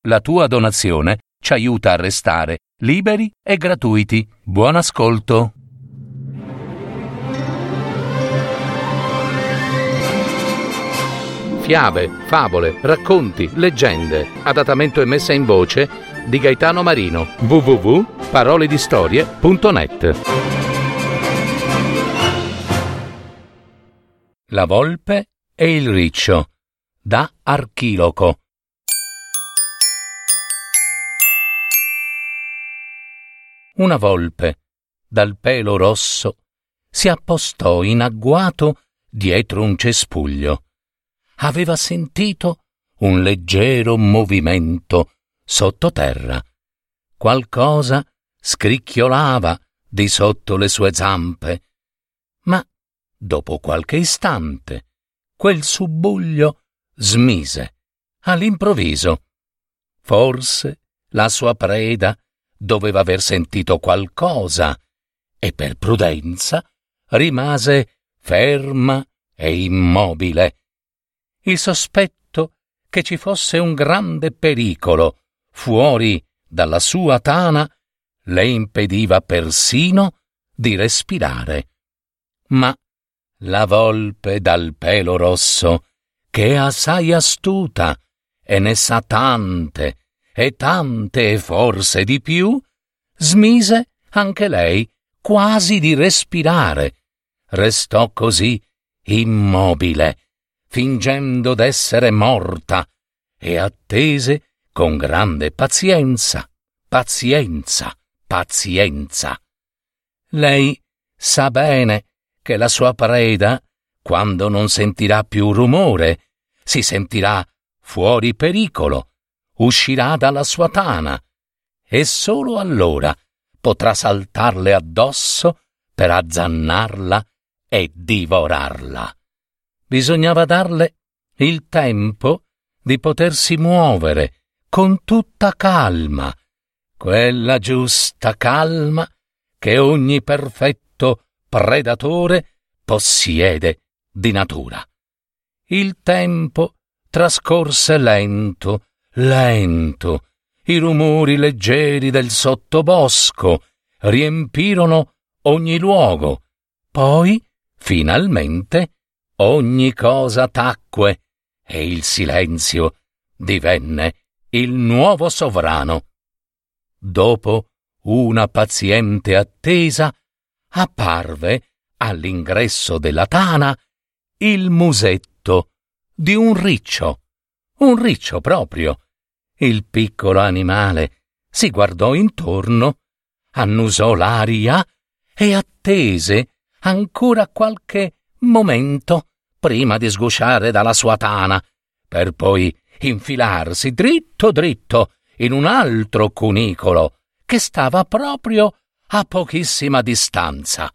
La tua donazione ci aiuta a restare liberi e gratuiti. Buon ascolto. Fiabe, favole, racconti, leggende. Adattamento e messa in voce di Gaetano Marino. www.paroledistorie.net. La volpe e il riccio, da Archiloco. Una volpe, dal pelo rosso, si appostò in agguato dietro un cespuglio. Aveva sentito un leggero movimento sottoterra. Qualcosa scricchiolava di sotto le sue zampe, ma dopo qualche istante quel subbuglio smise all'improvviso. Forse la sua preda doveva aver sentito qualcosa e per prudenza rimase ferma e immobile. Il sospetto che ci fosse un grande pericolo fuori dalla sua tana le impediva persino di respirare. Ma la volpe dal pelo rosso, che è assai astuta e ne sa tante e forse di più, smise anche lei quasi di respirare. Restò così immobile, fingendo d'essere morta, e attese con grande pazienza. Lei sa bene che la sua preda, quando non sentirà più rumore, si sentirà fuori pericolo, uscirà dalla sua tana, e solo allora potrà saltarle addosso per azzannarla e divorarla. Bisognava darle il tempo di potersi muovere con tutta calma, quella giusta calma che ogni perfetto predatore possiede di natura. Il tempo trascorse lento, i rumori leggeri del sottobosco riempirono ogni luogo, poi, finalmente, ogni cosa tacque e il silenzio divenne il nuovo sovrano. Dopo una paziente attesa, apparve all'ingresso della tana il musetto di un riccio proprio. Il piccolo animale si guardò intorno, annusò l'aria e attese ancora qualche momento prima di sgusciare dalla sua tana, per poi infilarsi dritto in un altro cunicolo che stava proprio a pochissima distanza.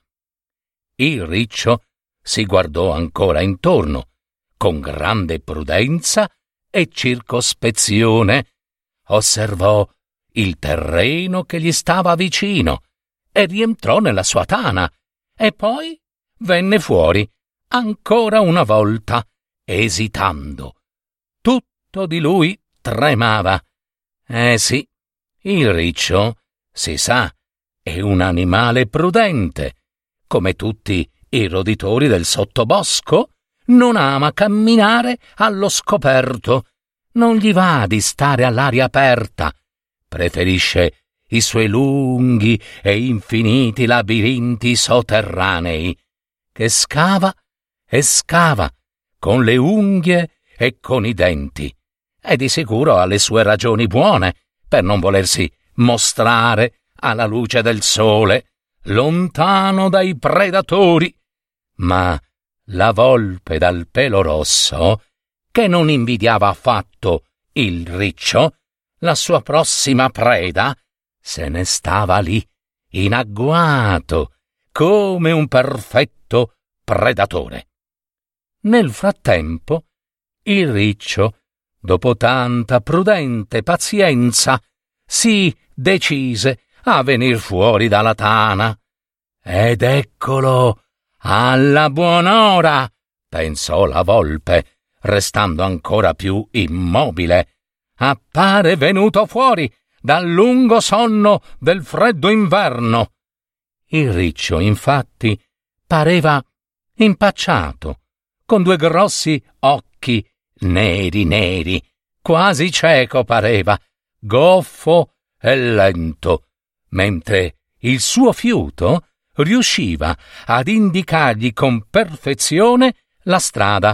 Il riccio si guardò ancora intorno, con grande prudenza e circospezione, osservò il terreno che gli stava vicino e rientrò nella sua tana, e poi venne fuori ancora una volta, esitando. Tutto di lui tremava. Sì, il riccio, si sa, è un animale prudente. Come tutti i roditori del sottobosco, non ama camminare allo scoperto, non gli va di stare all'aria aperta, preferisce i suoi lunghi e infiniti labirinti sotterranei, che scava e scava con le unghie e con i denti, e di sicuro ha le sue ragioni buone per non volersi mostrare alla luce del sole, lontano dai predatori. Ma la volpe dal pelo rosso, che non invidiava affatto il riccio, la sua prossima preda, se ne stava lì, in agguato, come un perfetto predatore. Nel frattempo, il riccio, dopo tanta prudente pazienza, si decise a venir fuori dalla tana. Ed eccolo, alla buon'ora, pensò la volpe, restando ancora più immobile. appare venuto fuori dal lungo sonno del freddo inverno. Il riccio, infatti, pareva impacciato, con 2 grossi occhi neri, quasi cieco pareva, goffo e lento, mentre il suo fiuto riusciva ad indicargli con perfezione la strada.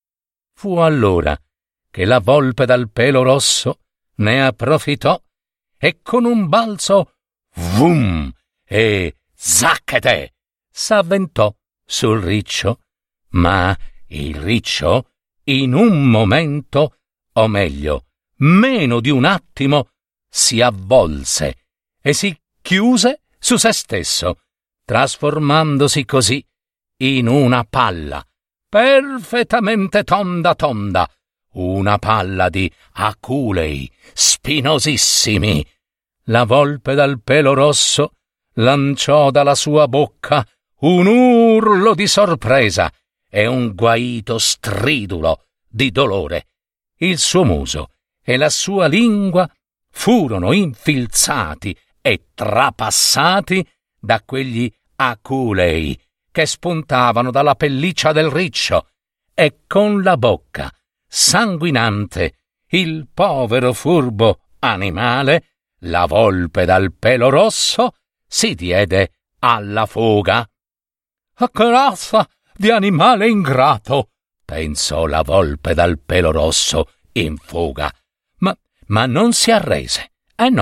Fu allora che la volpe dal pelo rosso ne approfittò e con un balzo vum e zacchete s'avventò sul riccio, ma il riccio in un momento, o meglio, meno di un attimo, si avvolse e si chiuse su se stesso, trasformandosi così in una palla perfettamente tonda, una palla di aculei spinosissimi. La volpe dal pelo rosso lanciò dalla sua bocca un urlo di sorpresa e un guaito stridulo di dolore. Il suo muso e la sua lingua furono infilzati e trapassati da quegli aculei che spuntavano dalla pelliccia del riccio, e con la bocca sanguinante il povero furbo animale, la volpe dal pelo rosso, si diede alla fuga. «Che razza di animale ingrato!» pensò la volpe dal pelo rosso in fuga, ma non si arrese.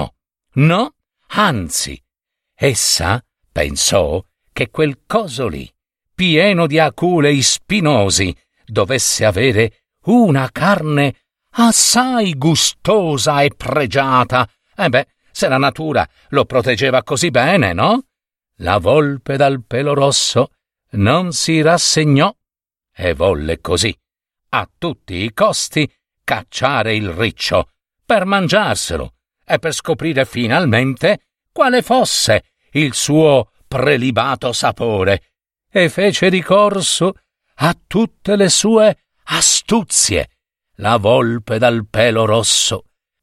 No, anzi, essa pensò che quel coso lì, pieno di aculei spinosi, dovesse avere una carne assai gustosa e pregiata. Se la natura lo proteggeva così bene, no? La volpe dal pelo rosso non si rassegnò e volle così, a tutti i costi, cacciare il riccio per mangiarselo e per scoprire finalmente quale fosse il suo prelibato sapore, e fece ricorso a tutte le sue astuzie, la volpe dal pelo rosso,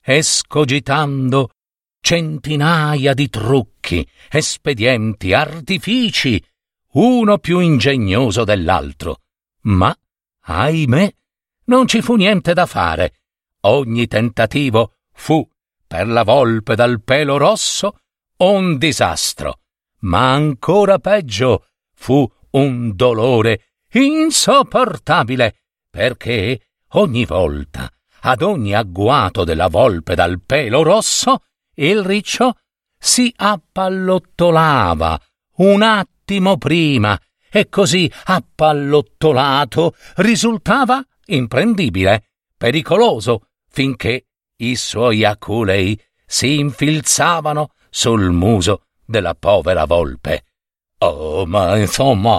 escogitando centinaia di trucchi, espedienti, artifici, uno più ingegnoso dell'altro. Ma, ahimè, non ci fu niente da fare. Ogni tentativo fu, per la volpe dal pelo rosso, un disastro, ma ancora peggio fu un dolore insopportabile, perché ogni volta, ad ogni agguato della volpe dal pelo rosso, il riccio si appallottolava un attimo prima, e così appallottolato risultava imprendibile, pericoloso, finché i suoi aculei si infilzavano sul muso della povera volpe. «Oh, ma insomma,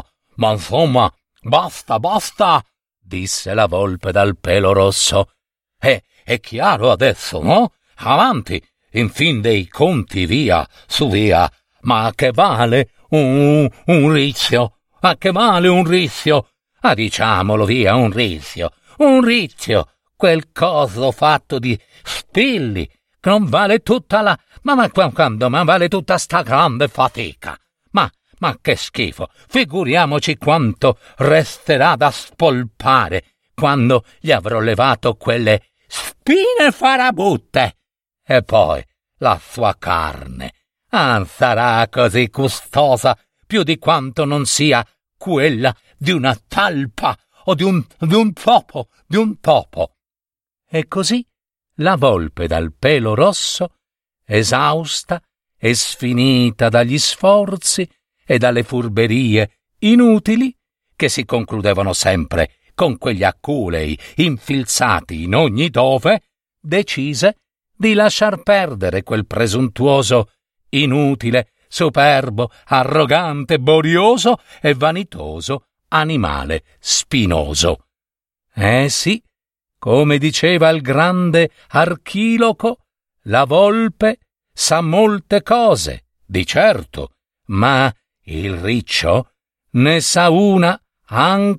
basta», disse la volpe dal pelo rosso. È chiaro adesso, no? Avanti, in fin dei conti, via, su via. Ma che vale un riccio? Ma che vale un riccio? Diciamolo via, un riccio, quel coso fatto di spilli, che non vale tutta la... Ma quando vale tutta sta grande fatica? Ma che schifo! Figuriamoci quanto resterà da spolpare quando gli avrò levato quelle spine farabutte. E poi la sua carne sarà così gustosa più di quanto non sia quella di una talpa o di un topo. E così la volpe dal pelo rosso, esausta e sfinita dagli sforzi e dalle furberie inutili che si concludevano sempre con quegli aculei infilzati in ogni dove, decise di lasciar perdere quel presuntuoso, inutile, superbo, arrogante, borioso e vanitoso animale spinoso. Sì, come diceva il grande Archiloco, la volpe sa molte cose, di certo, ma il riccio ne sa una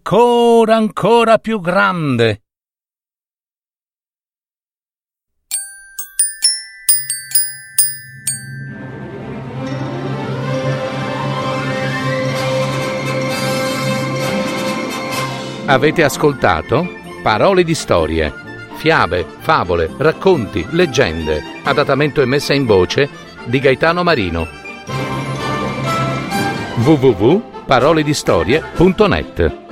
ancora più grande. Avete ascoltato Parole di Storie, fiabe, favole, racconti, leggende, adattamento e messa in voce di Gaetano Marino. www.paroledistorie.net